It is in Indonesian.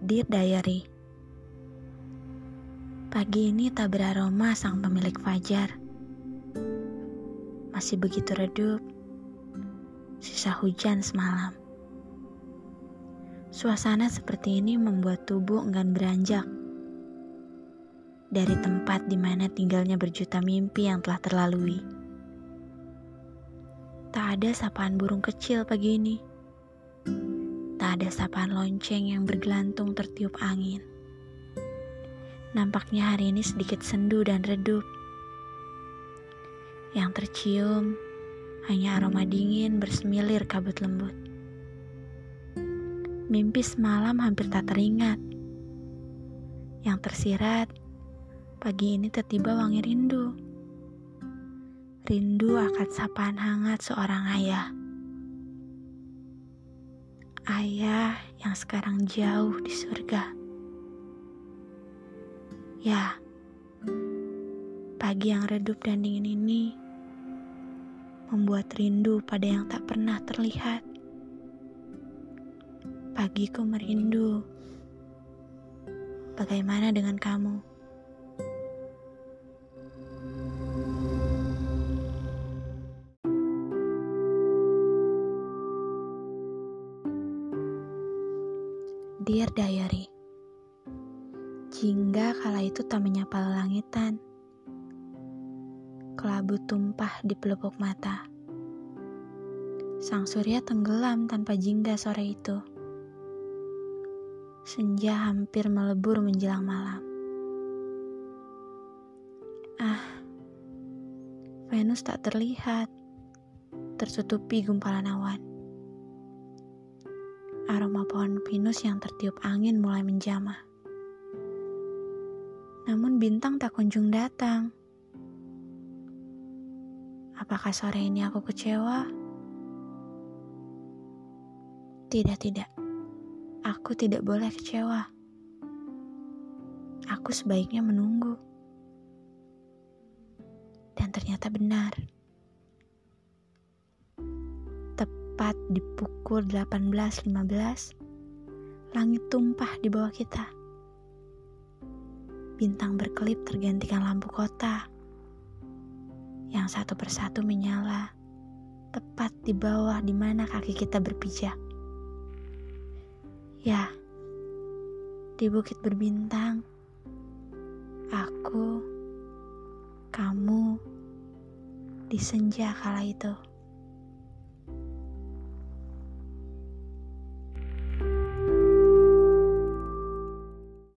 Dear Diary. Pagi ini tak beraroma sang pemilik fajar. Masih begitu redup, sisa hujan semalam. Suasana seperti ini membuat tubuh enggan beranjak dari tempat di mana tinggalnya berjuta mimpi yang telah terlalui. Tak ada sapaan burung kecil pagi ini. Tak ada sapaan lonceng yang bergelantung tertiup angin. Nampaknya hari ini sedikit sendu dan redup. Yang tercium hanya aroma dingin bersemilir kabut lembut. Mimpi semalam hampir tak teringat. Yang tersirat, pagi ini tiba-tiba wangi rindu. Rindu akan sapaan hangat seorang ayah. Ayah yang sekarang jauh di surga. Ya, pagi yang redup dan dingin ini membuat rindu pada yang tak pernah terlihat. Pagiku merindu. Bagaimana dengan kamu? Dear Diary. Jingga kala itu tak menyapa langitan. Kelabu tumpah di pelupuk mata. Sang surya tenggelam tanpa jingga sore itu. Senja hampir melebur menjelang malam. Venus tak terlihat, tertutupi gumpalan awan. Aroma pohon pinus yang tertiup angin mulai menjamah. Namun bintang tak kunjung datang. Apakah sore ini aku kecewa? Tidak. Aku tidak boleh kecewa. Aku sebaiknya menunggu. Dan ternyata benar. Tepat di pukul 18.15, langit tumpah di bawah kita. Bintang berkelip tergantikan lampu kota. Yang satu persatu menyala, tepat di bawah di mana kaki kita berpijak. Ya, di bukit berbintang, aku, kamu, di senja kala itu.